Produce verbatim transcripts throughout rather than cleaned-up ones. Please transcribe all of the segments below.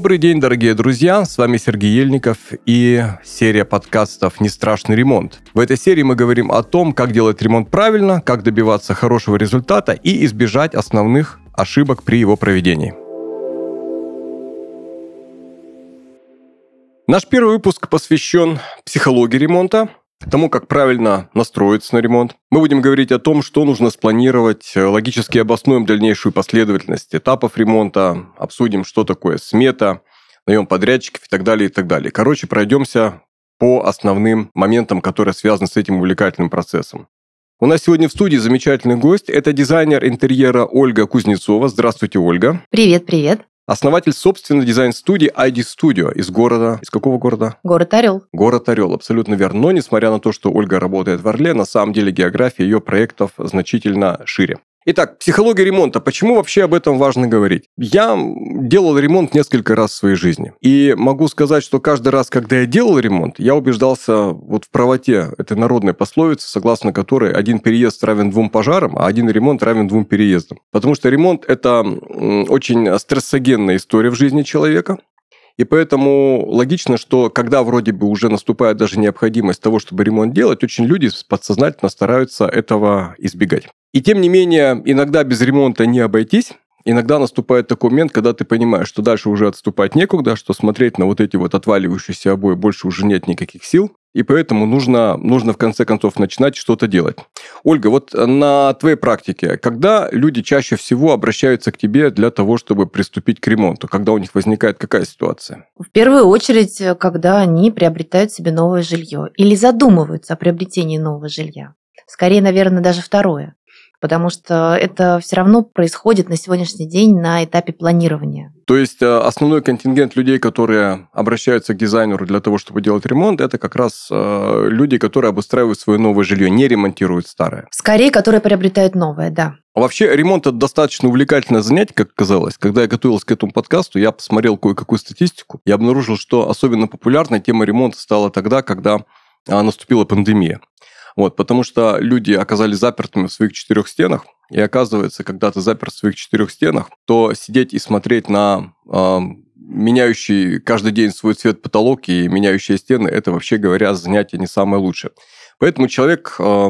Добрый день, дорогие друзья, с вами Сергей Ельников и серия подкастов «Не страшный ремонт». В этой серии мы говорим о том, как делать ремонт правильно, как добиваться хорошего результата и избежать основных ошибок при его проведении. Наш первый выпуск посвящен психологии ремонта, тому, как правильно настроиться на ремонт. Мы будем говорить о том, что нужно спланировать, логически обоснуем дальнейшую последовательность этапов ремонта, обсудим, что такое смета, наем подрядчиков и так далее, и так далее. Короче, пройдемся по основным моментам, которые связаны с этим увлекательным процессом. У нас сегодня в студии замечательный гость. Это дизайнер интерьера Ольга Кузнецова. Здравствуйте, Ольга. Привет, привет. Основатель собственной дизайн-студии ай ди Studio из города... Из какого города? Город Орел. Город Орел, абсолютно верно. Но, несмотря на то, что Ольга работает в Орле, на самом деле география ее проектов значительно шире. Итак, психология ремонта. Почему вообще об этом важно говорить? Я делал ремонт несколько раз в своей жизни. И могу сказать, что каждый раз, когда я делал ремонт, я убеждался вот в правоте этой народной пословицы, согласно которой один переезд равен двум пожарам, а один ремонт равен двум переездам. Потому что ремонт – это очень стрессогенная история в жизни человека. И поэтому логично, что когда вроде бы уже наступает даже необходимость того, чтобы ремонт делать, очень люди подсознательно стараются этого избегать. И тем не менее, иногда без ремонта не обойтись. Иногда наступает такой момент, когда ты понимаешь, что дальше уже отступать некуда, что смотреть на вот эти вот отваливающиеся обои больше уже нет никаких сил. И поэтому нужно, нужно в конце концов начинать что-то делать. Ольга, вот на твоей практике, когда люди чаще всего обращаются к тебе для того, чтобы приступить к ремонту? Когда у них возникает какая ситуация? В первую очередь, когда они приобретают себе новое жилье или задумываются о приобретении нового жилья. Скорее, наверное, даже второе. Потому что это все равно происходит на сегодняшний день на этапе планирования. То есть основной контингент людей, которые обращаются к дизайнеру для того, чтобы делать ремонт, это как раз люди, которые обустраивают свое новое жилье, не ремонтируют старое. Скорее, которые приобретают новое, да. Вообще, ремонт – это достаточно увлекательное занятие, как казалось. Когда я готовился к этому подкасту, я посмотрел кое-какую статистику и обнаружил, что особенно популярной тема ремонта стала тогда, когда наступила пандемия. Вот, потому что люди оказались запертыми в своих четырех стенах, и оказывается, когда ты заперт в своих четырех стенах, то сидеть и смотреть на э, меняющий каждый день свой цвет потолок и меняющие стены, это, вообще говоря, занятие не самое лучшее. Поэтому человек э,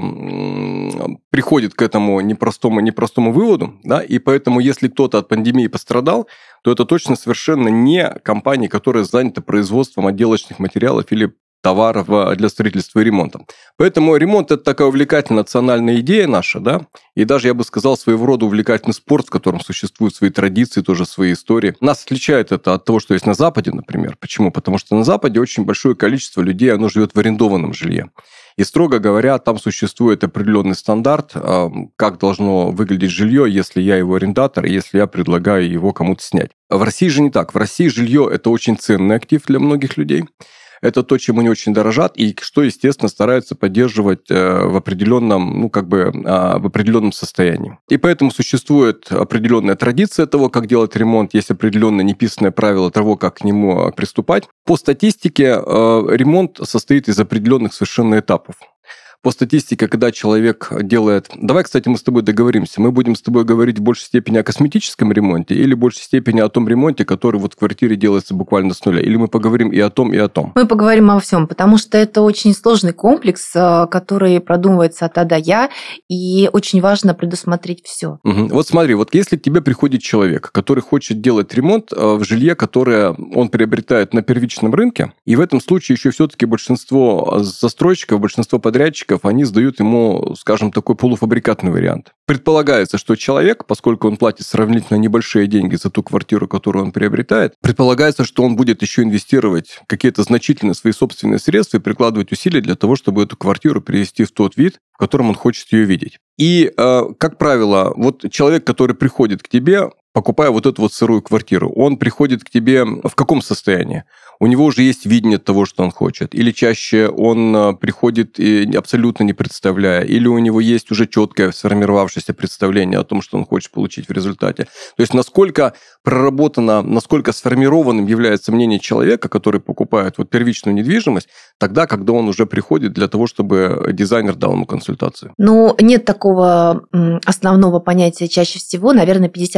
приходит к этому непростому, непростому выводу, да, и поэтому, если кто-то от пандемии пострадал, то это точно совершенно не компании, которые заняты производством отделочных материалов или товаров для строительства и ремонта. Поэтому ремонт – это такая увлекательная национальная идея наша, да, и даже, я бы сказал, своего рода увлекательный спорт, в котором существуют свои традиции, тоже свои истории. Нас отличает это от того, что есть на Западе, например. Почему? Потому что на Западе очень большое количество людей, оно живет в арендованном жилье. И, строго говоря, там существует определенный стандарт, как должно выглядеть жилье, если я его арендатор, и если я предлагаю его кому-то снять. В России же не так. В России жилье – это очень ценный актив для многих людей. Это то, чем они очень дорожат, и что, естественно, стараются поддерживать в определенном, ну, как бы, в определенном состоянии. И поэтому существует определенная традиция того, как делать ремонт, есть определенное неписанное правило того, как к нему приступать. По статистике, ремонт состоит из определенных совершенно этапов. По статистике, когда человек делает... Давай, кстати, мы с тобой договоримся. Мы будем с тобой говорить в большей степени о косметическом ремонте или в большей степени о том ремонте, который вот в квартире делается буквально с нуля? Или мы поговорим и о том, и о том? Мы поговорим о всем, потому что это очень сложный комплекс, который продумывается от А до Я, и очень важно предусмотреть все. Угу. Вот смотри, вот если к тебе приходит человек, который хочет делать ремонт в жилье, которое он приобретает на первичном рынке, и в этом случае еще все-таки большинство застройщиков, большинство подрядчиков, они сдают ему, скажем, такой полуфабрикатный вариант. Предполагается, что человек, поскольку он платит сравнительно небольшие деньги за ту квартиру, которую он приобретает, предполагается, что он будет еще инвестировать какие-то значительные свои собственные средства и прикладывать усилия для того, чтобы эту квартиру привести в тот вид, в котором он хочет ее видеть. И, как правило, вот человек, который приходит к тебе, покупая вот эту вот сырую квартиру, он приходит к тебе в каком состоянии? У него уже есть видение того, что он хочет. Или чаще он приходит абсолютно не представляя. Или у него есть уже четкое сформировавшееся представление о том, что он хочет получить в результате. То есть насколько проработано, насколько сформированным является мнение человека, который покупает вот первичную недвижимость, тогда, когда он уже приходит для того, чтобы дизайнер дал ему консультацию. Ну, нет такого основного понятия чаще всего. Наверное, пятьдесят на пятьдесят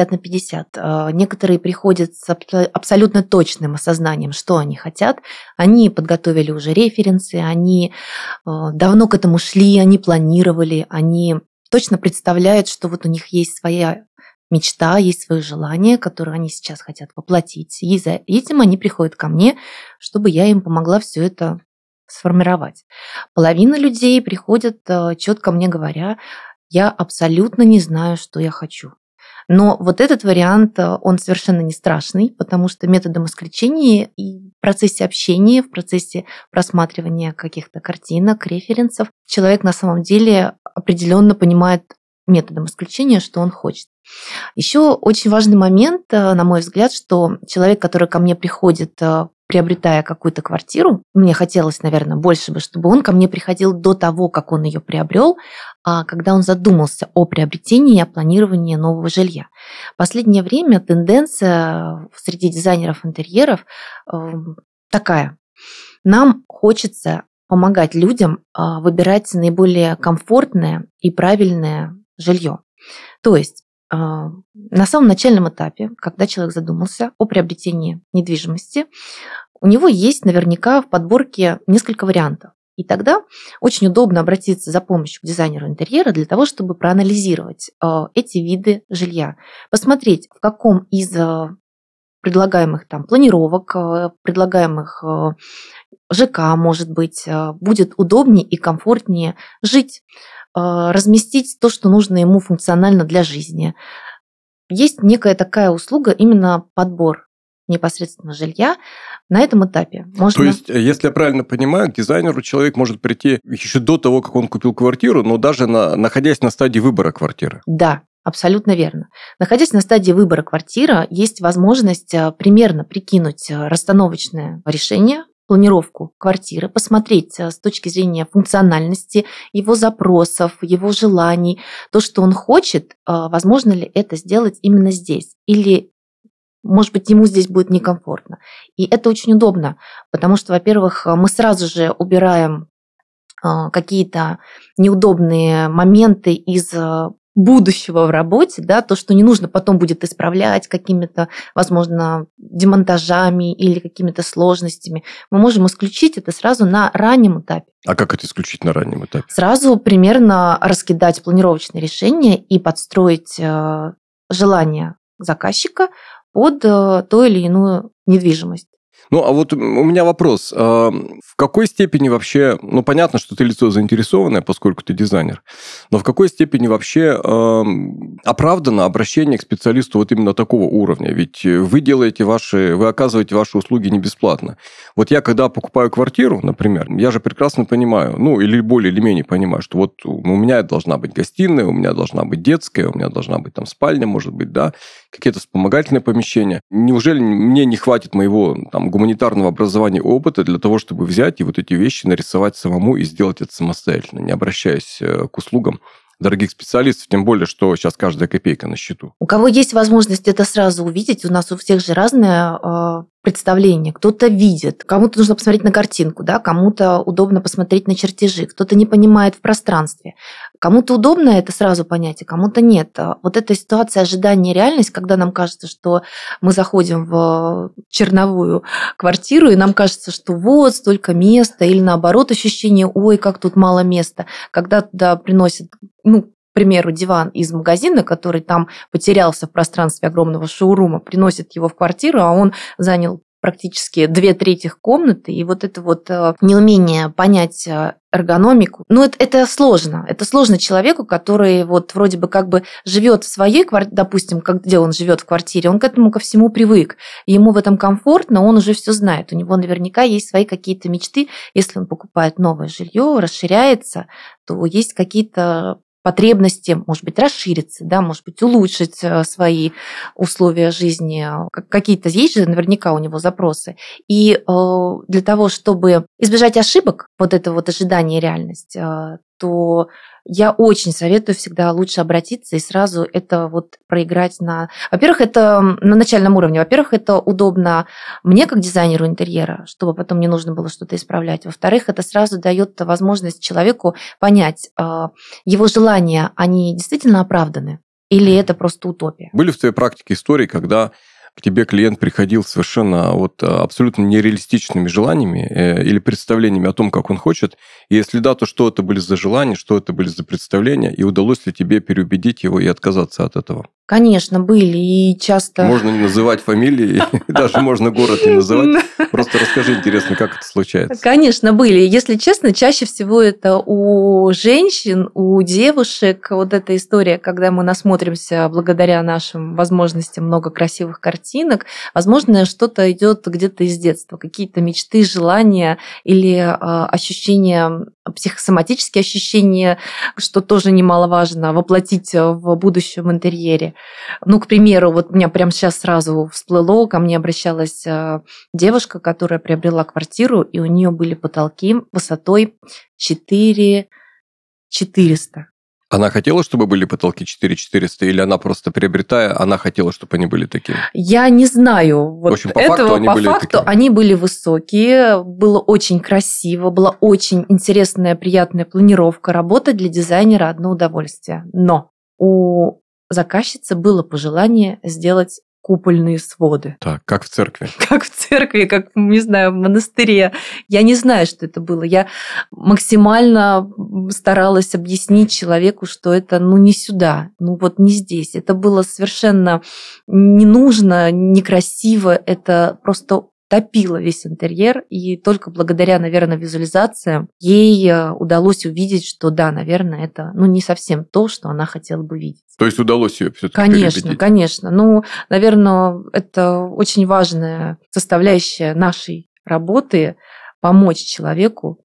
пятьдесят. Некоторые приходят с абсолютно точным осознанием, что они хотят. Они подготовили уже референсы, они давно к этому шли, они планировали, они точно представляют, что вот у них есть своя мечта, есть свое желание, которое они сейчас хотят воплотить. И за этим они приходят ко мне, чтобы я им помогла все это сформировать. Половина людей приходят, четко мне говоря, я абсолютно не знаю, что я хочу. Но вот этот вариант, он совершенно не страшный, потому что методом исключения и в процессе общения, в процессе просматривания каких-то картинок, референсов, человек на самом деле определенно понимает методом исключения, что он хочет. Еще очень важный момент, на мой взгляд, что человек, который ко мне приходит, приобретая какую-то квартиру, мне хотелось, наверное, больше бы, чтобы он ко мне приходил до того, как он ее приобрел, а когда он задумался о приобретении и о планировании нового жилья. В последнее время тенденция среди дизайнеров интерьеров такая. Нам хочется помогать людям выбирать наиболее комфортное и правильное жилье. То есть на самом начальном этапе, когда человек задумался о приобретении недвижимости, у него есть наверняка в подборке несколько вариантов. И тогда очень удобно обратиться за помощью к дизайнеру интерьера для того, чтобы проанализировать эти виды жилья, посмотреть, в каком из предлагаемых там планировок, предлагаемых ЖК, может быть, будет удобнее и комфортнее жить, разместить то, что нужно ему функционально для жизни. Есть некая такая услуга, именно подбор непосредственно жилья на этом этапе. Можно... То есть, если я правильно понимаю, к дизайнеру человек может прийти еще до того, как он купил квартиру, но даже на, находясь на стадии выбора квартиры. Да, абсолютно верно. Находясь на стадии выбора квартиры, есть возможность примерно прикинуть расстановочное решение, планировку квартиры, посмотреть с точки зрения функциональности, его запросов, его желаний, то, что он хочет, возможно ли это сделать именно здесь, или, может быть, ему здесь будет некомфортно. И это очень удобно, потому что, во-первых, мы сразу же убираем какие-то неудобные моменты из будущего в работе, да, то, что не нужно потом будет исправлять какими-то, возможно, демонтажами или какими-то сложностями. Мы можем исключить это сразу на раннем этапе. А как это исключить на раннем этапе? Сразу примерно раскидать планировочные решения и подстроить желания заказчика под ту или иную недвижимость. Ну, а вот у меня вопрос. В какой степени вообще... Ну, понятно, что ты лицо заинтересованное, поскольку ты дизайнер, но в какой степени вообще оправдано обращение к специалисту вот именно такого уровня? Ведь вы делаете ваши... Вы оказываете ваши услуги не бесплатно. Вот я, когда покупаю квартиру, например, я же прекрасно понимаю, ну, или более или менее понимаю, что вот у меня должна быть гостиная, у меня должна быть детская, у меня должна быть там спальня, может быть, да, какие-то вспомогательные помещения. Неужели мне не хватит моего там гуманитарного образования и опыта для того, чтобы взять и вот эти вещи нарисовать самому и сделать это самостоятельно, не обращаясь к услугам дорогих специалистов, тем более, что сейчас каждая копейка на счету? У кого есть возможность это сразу увидеть, у нас у всех же разное э, представление. Кто-то видит, кому-то нужно посмотреть на картинку, да, кому-то удобно посмотреть на чертежи, кто-то не понимает в пространстве. Кому-то удобно это сразу понять, а кому-то нет. Вот эта ситуация ожидания и реальность, когда нам кажется, что мы заходим в черновую квартиру, и нам кажется, что вот столько места, или наоборот ощущение, ой, как тут мало места. Когда туда приносят, ну, к примеру, диван из магазина, который там потерялся в пространстве огромного шоурума, приносит его в квартиру, а он занял практически две трети комнаты, и вот это вот неумение понять эргономику, ну, это, это сложно. Это сложно человеку, который вот вроде бы как бы живет в своей квартире, допустим, где он живет в квартире, он к этому ко всему привык, ему в этом комфортно, он уже все знает, у него наверняка есть свои какие-то мечты, если он покупает новое жилье, расширяется, то есть какие-то потребности, может быть, расшириться, да, может быть, улучшить свои условия жизни. Какие-то есть же наверняка у него запросы. И для того, чтобы избежать ошибок, вот это вот ожидание и реальность, то я очень советую всегда лучше обратиться и сразу это вот проиграть на... Во-первых, это на начальном уровне. Во-первых, это удобно мне, как дизайнеру интерьера, чтобы потом не нужно было что-то исправлять. Во-вторых, это сразу дает возможность человеку понять, его желания, они действительно оправданы. Или это просто утопия? Были в твоей практике истории, когда к тебе клиент приходил совершенно вот абсолютно нереалистичными желаниями э, или представлениями о том, как он хочет, и если да, то что это были за желания, что это были за представления, и удалось ли тебе переубедить его и отказаться от этого? Конечно, были, и часто... Можно не называть фамилии, даже можно город не называть. Просто расскажи, интересно, как это случается. Конечно, были. Если честно, чаще всего это у женщин, у девушек. Вот эта история, когда мы насмотримся благодаря нашим возможностям много красивых картинок, возможно, что-то идет где-то из детства, какие-то мечты, желания или э, ощущения, психосоматические ощущения, что тоже немаловажно, воплотить в будущем интерьере. Ну, к примеру, вот у меня прямо сейчас сразу всплыло, ко мне обращалась девушка, которая приобрела квартиру, и у нее были потолки высотой четыре четыреста. Она хотела, чтобы были потолки четыре четыреста, или она просто приобретая, она хотела, чтобы они были такими? Я не знаю вот в общем, по этого. Факту они по были факту такими. Они были высокие, было очень красиво, была очень интересная, приятная планировка, работа для дизайнера одно удовольствие. Но у заказчицы было пожелание сделать купольные своды. Так, как в церкви. Как в церкви, как, не знаю, в монастыре. Я не знаю, что это было. Я максимально старалась объяснить человеку, что это ну не сюда, ну вот не здесь. Это было совершенно не нужно, некрасиво. Это просто топила весь интерьер, и только благодаря, наверное, визуализациям ей удалось увидеть, что да, наверное, это ну, не совсем то, что она хотела бы видеть. То есть удалось ее все-таки Конечно, переубедить? конечно. Ну, наверное, это очень важная составляющая нашей работы – помочь человеку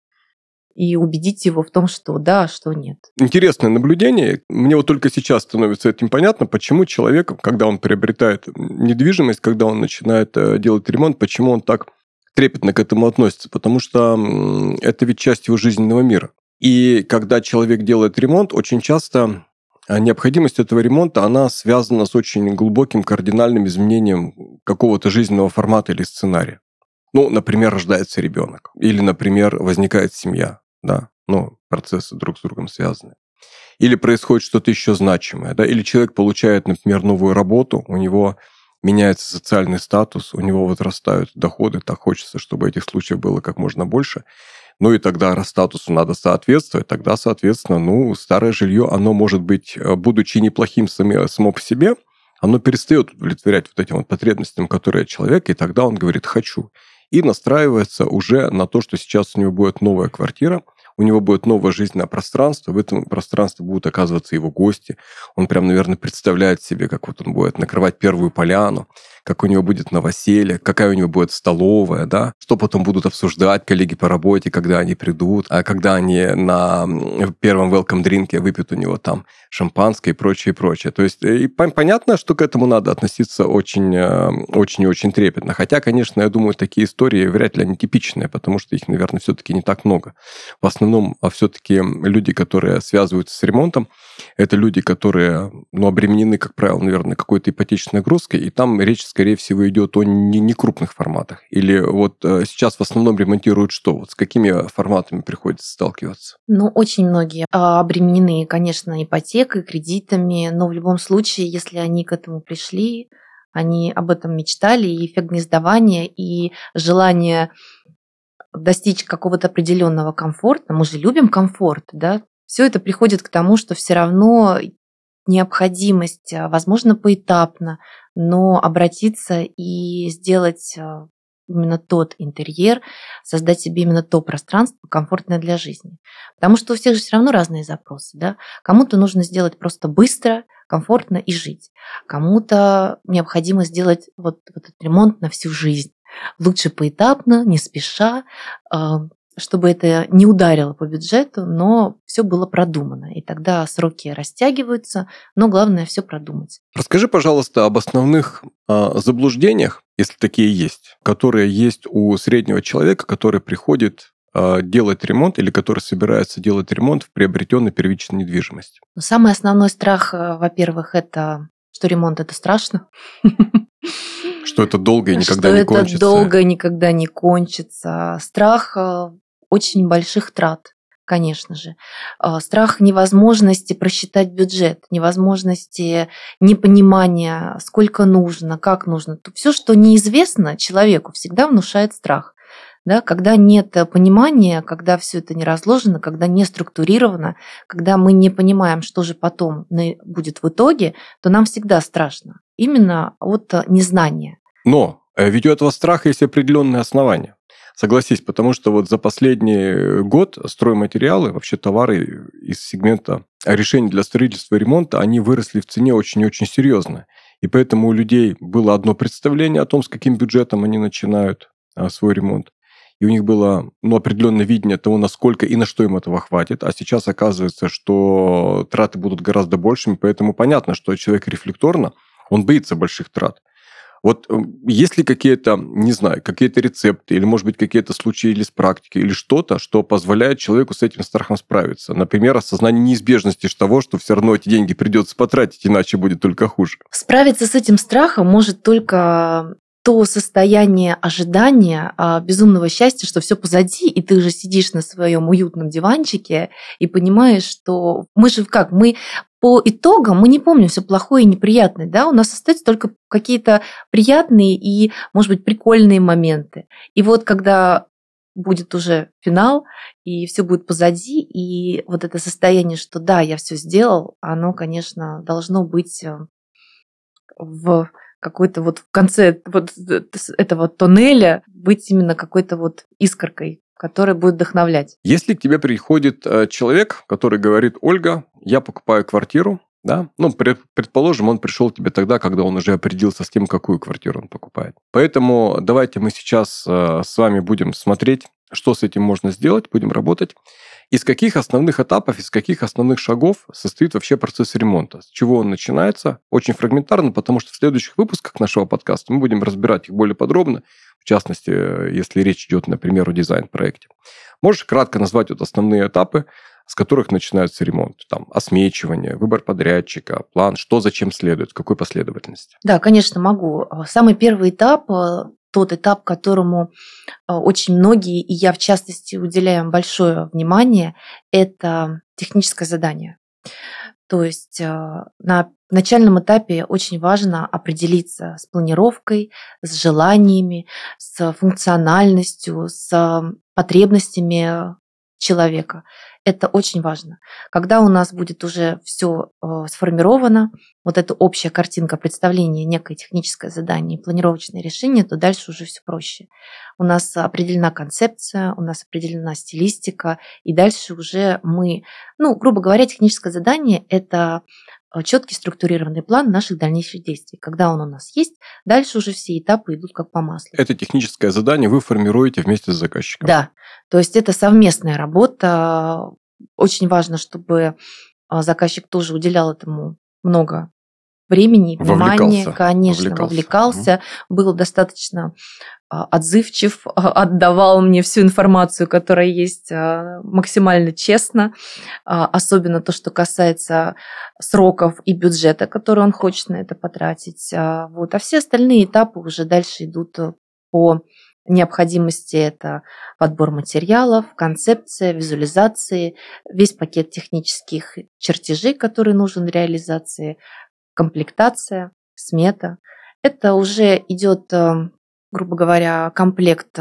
и убедить его в том, что да, что нет. Интересное наблюдение. Мне вот только сейчас становится этим понятно, почему человек, когда он приобретает недвижимость, когда он начинает делать ремонт, почему он так трепетно к этому относится. Потому что это ведь часть его жизненного мира. И когда человек делает ремонт, очень часто необходимость этого ремонта, она связана с очень глубоким кардинальным изменением какого-то жизненного формата или сценария. Ну, например, рождается ребенок. Или, например, возникает семья. Да, ну, процессы друг с другом связаны. Или происходит что-то еще значимое, да, или человек получает, например, новую работу, у него меняется социальный статус, у него возрастают доходы, так хочется, чтобы этих случаев было как можно больше. Ну и тогда, раз статусу надо соответствовать, тогда, соответственно, ну, старое жилье, оно может быть, будучи неплохим само по себе, оно перестает удовлетворять вот этим вот потребностям, которые человек, и тогда он говорит «хочу». И настраивается уже на то, что сейчас у него будет новая квартира, у него будет новое жизненное пространство, в этом пространстве будут оказываться его гости. Он прям, наверное, представляет себе, как вот он будет накрывать первую поляну, как у него будет новоселье, какая у него будет столовая, да, что потом будут обсуждать коллеги по работе, когда они придут, а когда они на первом welcome дринке выпьют у него там шампанское и прочее, и прочее. То есть и понятно, что к этому надо относиться очень, очень и очень трепетно. Хотя, конечно, я думаю, такие истории вряд ли они типичные, потому что их, наверное, все-таки не так много. В основном все-таки люди, которые связываются с ремонтом, это люди, которые ну, обременены, как правило, наверное, какой-то ипотечной нагрузкой, и там речь, скорее всего, идет о не, не крупных форматах. Или вот сейчас в основном ремонтируют что? Вот с какими форматами приходится сталкиваться? Ну, очень многие обременены, конечно, ипотекой, кредитами, но в любом случае, если они к этому пришли, они об этом мечтали, и эффект гнездования, и желание достичь какого-то определенного комфорта, мы же любим комфорт, да, все это приходит к тому, что все равно необходимость, возможно, поэтапно, но обратиться и сделать именно тот интерьер, создать себе именно то пространство, комфортное для жизни. Потому что у всех же все равно разные запросы. Да? Кому-то нужно сделать просто быстро, комфортно и жить. Кому-то необходимо сделать вот, вот этот ремонт на всю жизнь. Лучше поэтапно, не спеша, чтобы это не ударило по бюджету, но все было продумано. И тогда сроки растягиваются, но главное все продумать. Расскажи, пожалуйста, об основных э, заблуждениях, если такие есть, которые есть у среднего человека, который приходит э, делать ремонт или который собирается делать ремонт в приобретенной первичной недвижимости. Самый основной страх, во-первых, это что ремонт – это страшно. Что это долго и никогда что не это кончится. долго никогда не кончится. Страх очень больших трат, конечно же. Страх невозможности просчитать бюджет, невозможности непонимания, сколько нужно, как нужно. Все, что неизвестно человеку, всегда внушает страх. Да, когда нет понимания, когда все это не разложено, когда не структурировано, когда мы не понимаем, что же потом будет в итоге, то нам всегда страшно. Именно от незнания. Но ведь у этого страха есть определенные основания. Согласись, потому что вот за последний год стройматериалы, вообще товары из сегмента решений для строительства и ремонта, они выросли в цене очень-очень серьезно. И поэтому у людей было одно представление о том, с каким бюджетом они начинают свой ремонт. И у них было ну, определенное видение того, насколько и на что им этого хватит. А сейчас оказывается, что траты будут гораздо большими, поэтому понятно, что человек рефлекторно, он боится больших трат. Вот есть ли какие-то, не знаю, какие-то рецепты, или, может быть, какие-то случаи или с практики, или что-то, что позволяет человеку с этим страхом справиться? Например, осознание неизбежности того, что все равно эти деньги придется потратить, иначе будет только хуже. Справиться с этим страхом может только то состояние ожидания безумного счастья, что все позади, и ты уже сидишь на своем уютном диванчике и понимаешь, что мы же как, мы по итогам мы не помним все плохое и неприятное, да, у нас остаются только какие-то приятные и, может быть, прикольные моменты. И вот когда будет уже финал, и все будет позади, и вот это состояние, что да, я все сделал, оно, конечно, должно быть в какой-то вот в конце вот этого тоннеля быть именно какой-то вот искоркой, которая будет вдохновлять. Если к тебе приходит человек, который говорит: Ольга, я покупаю квартиру, да, ну, предположим, он пришел к тебе тогда, когда он уже определился с тем, какую квартиру он покупает. Поэтому давайте мы сейчас с вами будем смотреть, что с этим можно сделать, будем работать. Из каких основных этапов, из каких основных шагов состоит вообще процесс ремонта? С чего он начинается? Очень фрагментарно, потому что в следующих выпусках нашего подкаста мы будем разбирать их более подробно, в частности, если речь идет, например, о дизайн-проекте. Можешь кратко назвать вот основные этапы, с которых начинается ремонт? Там, осмечивание, выбор подрядчика, план, что зачем следует, в какой последовательности? Да, конечно, могу. Самый первый этап, тот этап, которому очень многие, и я в частности, уделяем большое внимание, это техническое задание. То есть на начальном этапе очень важно определиться с планировкой, с желаниями, с функциональностью, с потребностями человека. Это очень важно. Когда у нас будет уже все сформировано, вот эта общая картинка представления, некое техническое задание, планировочное решение, то дальше уже все проще. У нас определена концепция, у нас определена стилистика, и дальше уже мы, ну, грубо говоря, техническое задание – это четкий структурированный план наших дальнейших действий. Когда он у нас есть, дальше уже все этапы идут как по маслу. Это техническое задание вы формируете вместе с заказчиком? Да, то есть это совместная работа. Очень важно, чтобы заказчик тоже уделял этому много времени, внимания, вовлекался. конечно, вовлекался, вовлекался угу. был достаточно отзывчив, отдавал мне всю информацию, которая есть, максимально честно, особенно то, что касается сроков и бюджета, который он хочет на это потратить. Вот. А все остальные этапы уже дальше идут по необходимости. Это подбор материалов, концепция, визуализации, весь пакет технических чертежей, который нужен для реализации, комплектация, смета. Это уже идет, грубо говоря, комплект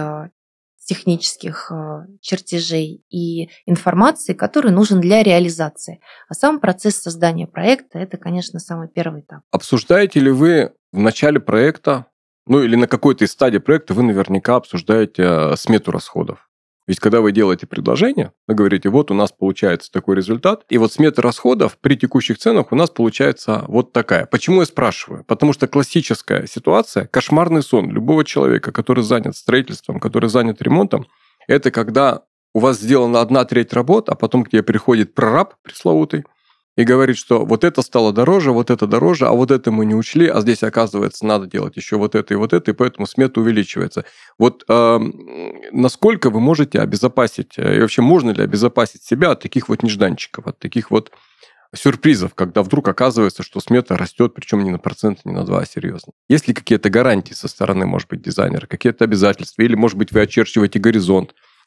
технических чертежей и информации, который нужен для реализации. А сам процесс создания проекта – это, конечно, самый первый этап. Обсуждаете ли вы в начале проекта, ну или на какой-то из стадий проекта вы наверняка обсуждаете смету расходов? Ведь когда вы делаете предложение, вы говорите: вот у нас получается такой результат, и вот смета расходов при текущих ценах у нас получается вот такая. Почему я спрашиваю? Потому что классическая ситуация, кошмарный сон любого человека, который занят строительством, который занят ремонтом, это когда у вас сделана одна треть работ, а потом к тебе приходит прораб пресловутый и говорит, что вот это стало дороже, вот это дороже, а вот это мы не учли, а здесь, оказывается, надо делать еще вот это и вот это, и поэтому смета увеличивается. Вот э, насколько вы можете обезопасить, и вообще можно ли обезопасить себя от таких вот нежданчиков, от таких вот сюрпризов, когда вдруг оказывается, что смета растет, причем не на процент, не на два, а серьезно? Есть ли какие-то гарантии со стороны, может быть, дизайнера, какие-то обязательства, или, может быть, вы очерчиваете горизонт,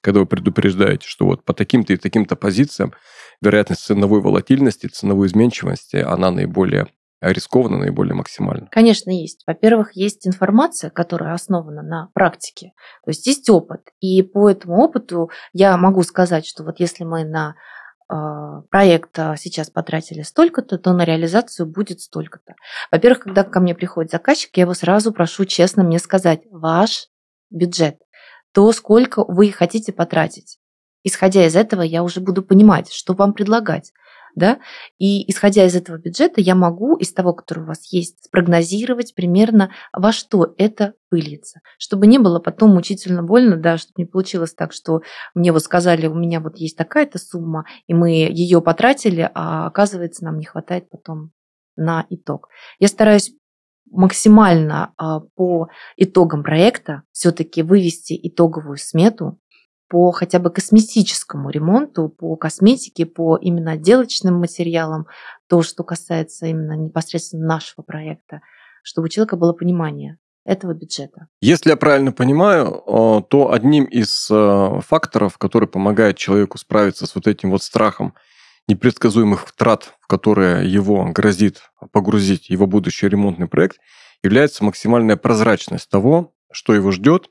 когда вы предупреждаете, что вот по таким-то и таким-то позициям вероятность ценовой волатильности, ценовой изменчивости, она наиболее рискованно, наиболее максимально? Конечно, есть. Во-первых, есть информация, которая основана на практике. То есть есть опыт. И по этому опыту я могу сказать, что вот если мы на э, проект сейчас потратили столько-то, то на реализацию будет столько-то. Во-первых, когда ко мне приходит заказчик, я его сразу прошу честно мне сказать, ваш бюджет, то, сколько вы хотите потратить. Исходя из этого, я уже буду понимать, что вам предлагать. Да? И исходя из этого бюджета, я могу из того, который у вас есть, спрогнозировать примерно, во что это выльется. Чтобы не было потом мучительно больно, да, чтобы не получилось так, что мне вот сказали, у меня вот есть такая-то сумма, и мы ее потратили, а оказывается, нам не хватает потом на итог. Я стараюсь максимально по итогам проекта все-таки вывести итоговую смету по хотя бы косметическому ремонту, по косметике, по именно отделочным материалам, то, что касается именно непосредственно нашего проекта, чтобы у человека было понимание этого бюджета. Если я правильно понимаю, то одним из факторов, который помогает человеку справиться с вот этим вот страхом непредсказуемых трат, в которые его грозит погрузить его будущий ремонтный проект, является максимальная прозрачность того, что его ждет,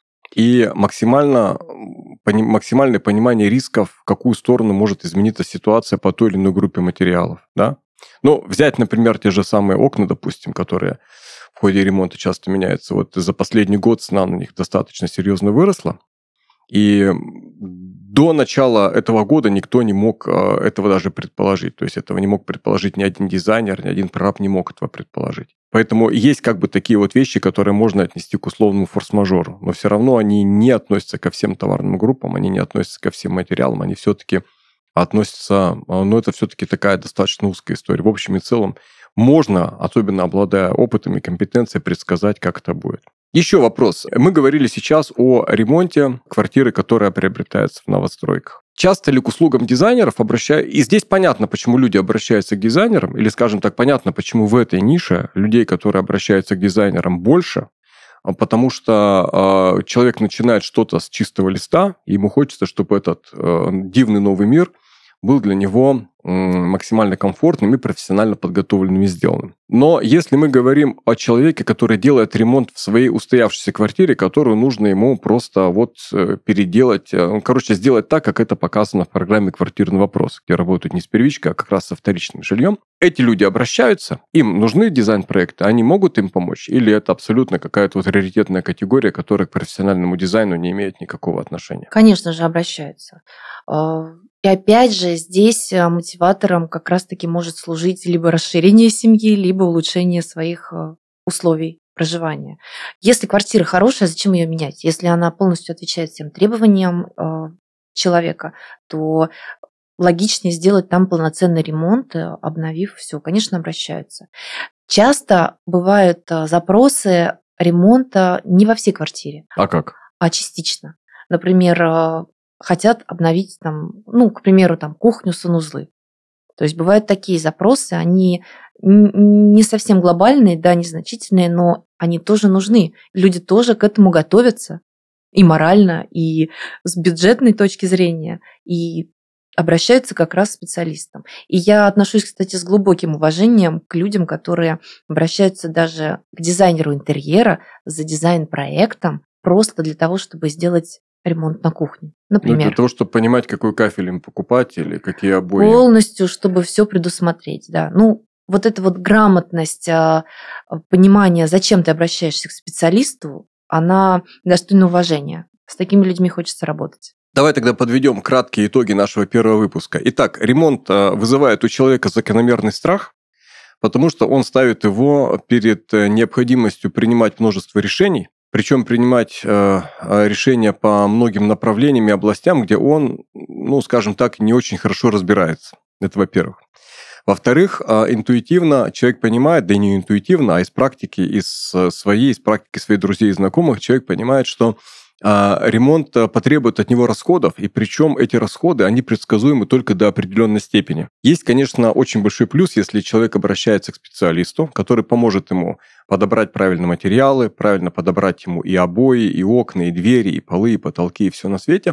и максимально, максимальное понимание рисков, в какую сторону может измениться ситуация по той или иной группе материалов. Да? Ну, взять, например, те же самые окна, допустим, которые в ходе ремонта часто меняются. Вот за последний год цена на них достаточно серьезно выросла. И до начала этого года никто не мог этого даже предположить. То есть этого не мог предположить ни один дизайнер, ни один прораб не мог этого предположить. Поэтому есть как бы такие вот вещи, которые можно отнести к условному форс-мажору. Но все равно они не относятся ко всем товарным группам, они не относятся ко всем материалам, они все-таки относятся... Но это все-таки такая достаточно узкая история. В общем и целом можно, особенно обладая опытом и компетенцией, предсказать, как это будет. Еще вопрос. Мы говорили сейчас о ремонте квартиры, которая приобретается в новостройках. Часто ли к услугам дизайнеров обращаются... И здесь понятно, почему люди обращаются к дизайнерам, или, скажем так, понятно, почему в этой нише людей, которые обращаются к дизайнерам, больше, потому что э, человек начинает что-то с чистого листа, и ему хочется, чтобы этот э, дивный новый мир был для него максимально комфортным и профессионально подготовленным и сделанным. Но если мы говорим о человеке, который делает ремонт в своей устоявшейся квартире, которую нужно ему просто вот переделать, ну, короче, сделать так, как это показано в программе «Квартирный вопрос», где работают не с первичкой, а как раз со вторичным жильем, эти люди обращаются, им нужны дизайн-проекты, они могут им помочь? Или это абсолютно какая-то вот раритетная категория, которая к профессиональному дизайну не имеет никакого отношения? Конечно же, обращаются. И опять же, здесь мотиватором как раз-таки может служить либо расширение семьи, либо улучшение своих условий проживания. Если квартира хорошая, зачем ее менять? Если она полностью отвечает всем требованиям человека, то логичнее сделать там полноценный ремонт, обновив все. Конечно, обращаются. Часто бывают запросы ремонта не во всей квартире. А как? А частично. Например, хотят обновить, там, ну, к примеру, там, кухню, санузлы. То есть бывают такие запросы, они не совсем глобальные, да, незначительные, но они тоже нужны. Люди тоже к этому готовятся и морально, и с бюджетной точки зрения, и обращаются как раз к специалистам. И я отношусь, кстати, с глубоким уважением к людям, которые обращаются даже к дизайнеру интерьера за дизайн-проектом просто для того, чтобы сделать ремонт на кухне, например. Ну, для того, чтобы понимать, какой кафель им покупать или какие обои. Полностью, чтобы все предусмотреть, да. Ну, вот эта вот грамотность, понимание, зачем ты обращаешься к специалисту, она достойна уважения. С такими людьми хочется работать. Давай тогда подведем краткие итоги нашего первого выпуска. Итак, ремонт вызывает у человека закономерный страх, потому что он ставит его перед необходимостью принимать множество решений, причем принимать э, решения по многим направлениям и областям, где он, ну, скажем так, не очень хорошо разбирается. Это во-первых. Во-вторых, э, интуитивно человек понимает, да и не интуитивно, а из практики, из своей, из практики своих друзей и знакомых, человек понимает, что э, ремонт потребует от него расходов, и причем эти расходы, они предсказуемы только до определенной степени. Есть, конечно, очень большой плюс, если человек обращается к специалисту, который поможет ему подобрать правильные материалы, правильно подобрать ему и обои, и окна, и двери, и полы, и потолки, и все на свете.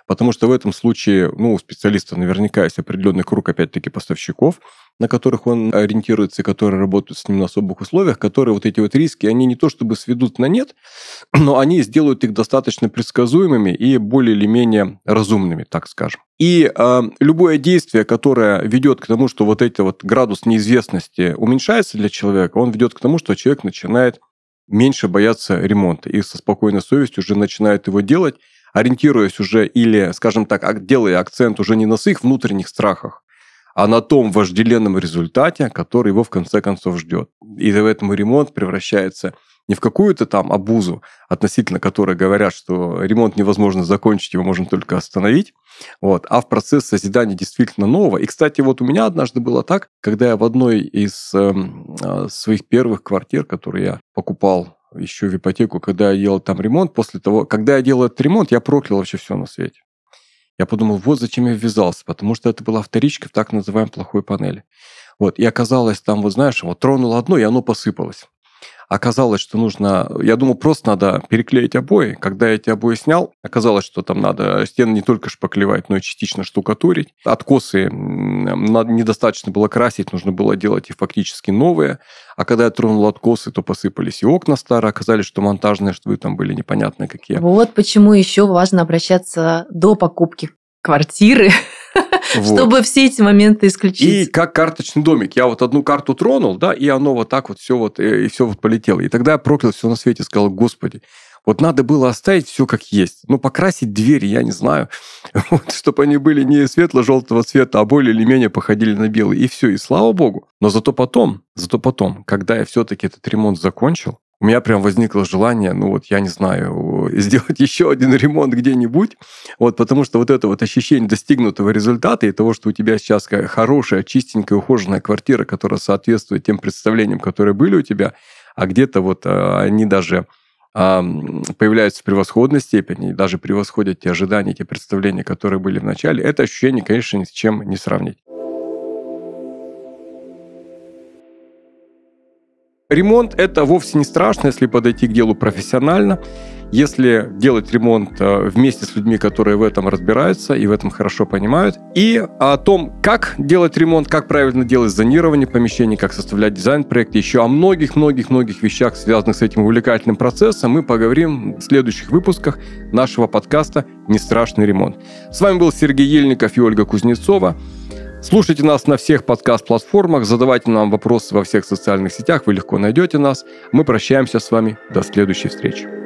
потому что в этом случае, ну, у специалиста наверняка есть определенный круг, опять-таки, поставщиков, на которых он ориентируется, и которые работают с ним на особых условиях, которые вот эти вот риски, они не то чтобы сведут на нет, но они сделают их достаточно предсказуемыми и более или менее разумными, так скажем. И э, любое действие, которое ведет к тому, что вот этот вот градус неизвестности уменьшается для человека, он ведет к тому, что человек начинает меньше бояться ремонта и со спокойной совестью уже начинает его делать, ориентируясь уже или, скажем так, делая акцент уже не на своих внутренних страхах, а на том вожделенном результате, который его в конце концов ждет. И поэтому ремонт превращается не в какую-то там обузу, относительно которой говорят, что ремонт невозможно закончить, его можно только остановить, вот, а в процесс созидания действительно нового. И, кстати, вот у меня однажды было так, когда я в одной из э, своих первых квартир, которые я покупал еще в ипотеку, когда я делал там ремонт, после того, когда я делал этот ремонт, я проклял вообще все на свете. Я подумал, вот зачем я ввязался, потому что это была вторичка в так называемой плохой панели. Вот, и оказалось там, вот знаешь, вот тронул одно, и оно посыпалось. Оказалось, что нужно... Я думал, просто надо переклеить обои. Когда я эти обои снял, оказалось, что там надо стены не только шпаклевать, но и частично штукатурить. Откосы недостаточно было красить, нужно было делать их фактически новые. А когда я тронул откосы, то посыпались и окна старые. Оказались, что монтажные швы там были непонятные какие. Вот почему еще важно обращаться до покупки квартиры, вот. Чтобы все эти моменты исключить. И как карточный домик. Я вот одну карту тронул, да, и оно вот так вот все вот, и все вот полетело. И тогда я проклял все на свете, сказал, господи, вот надо было оставить все как есть. Ну, покрасить двери, я не знаю, вот, чтобы они были не светло-желтого цвета, а более или менее походили на белый. И все, и слава богу. Но зато потом, зато потом, когда я все-таки этот ремонт закончил, у меня прям возникло желание, ну вот, я не знаю, сделать еще один ремонт где-нибудь, вот, потому что вот это вот ощущение достигнутого результата и того, что у тебя сейчас хорошая, чистенькая, ухоженная квартира, которая соответствует тем представлениям, которые были у тебя, а где-то вот они даже появляются в превосходной степени, и даже превосходят те ожидания, те представления, которые были в начале, это ощущение, конечно, ни с чем не сравнить. Ремонт – это вовсе не страшно, если подойти к делу профессионально, если делать ремонт вместе с людьми, которые в этом разбираются и в этом хорошо понимают. И о том, как делать ремонт, как правильно делать зонирование помещений, как составлять дизайн-проект, еще о многих-многих-многих вещах, связанных с этим увлекательным процессом, мы поговорим в следующих выпусках нашего подкаста «Не страшный ремонт». С вами был Сергей Ельников и Ольга Кузнецова. Слушайте нас на всех подкаст-платформах, задавайте нам вопросы во всех социальных сетях, вы легко найдете нас. Мы прощаемся с вами. До следующей встречи.